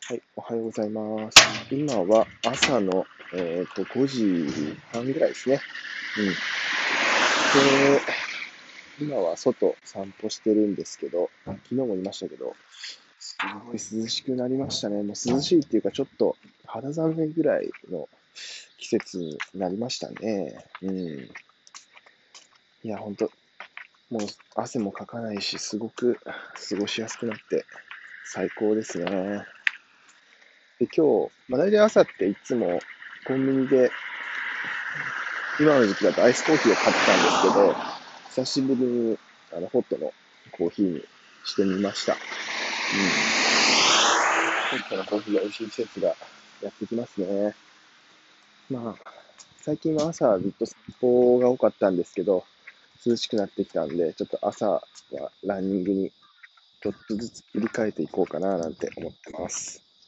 はい、おはようございます。今は朝の、5時半ぐらいですね。うん。で、今は外散歩してるんですけど、昨日も言いましたけど、すごい涼しくなりましたね。もう涼しいっていうか、ちょっと肌寒いぐらいの季節になりましたね。うん。いや、ほんと、もう汗もかかないし、すごく過ごしやすくなって最高ですね。で、今日、大体朝っていつもコンビニで今の時期だとアイスコーヒーを買ってたんですけど、久しぶりにホットのコーヒーにしてみました。うん。ホットのコーヒーが美味しい季節がやってきますね。最近は朝はずっと散歩が多かったんですけど、涼しくなってきたんで、ちょっと朝はランニングにちょっとずつ切り替えていこうかななんて思ってます。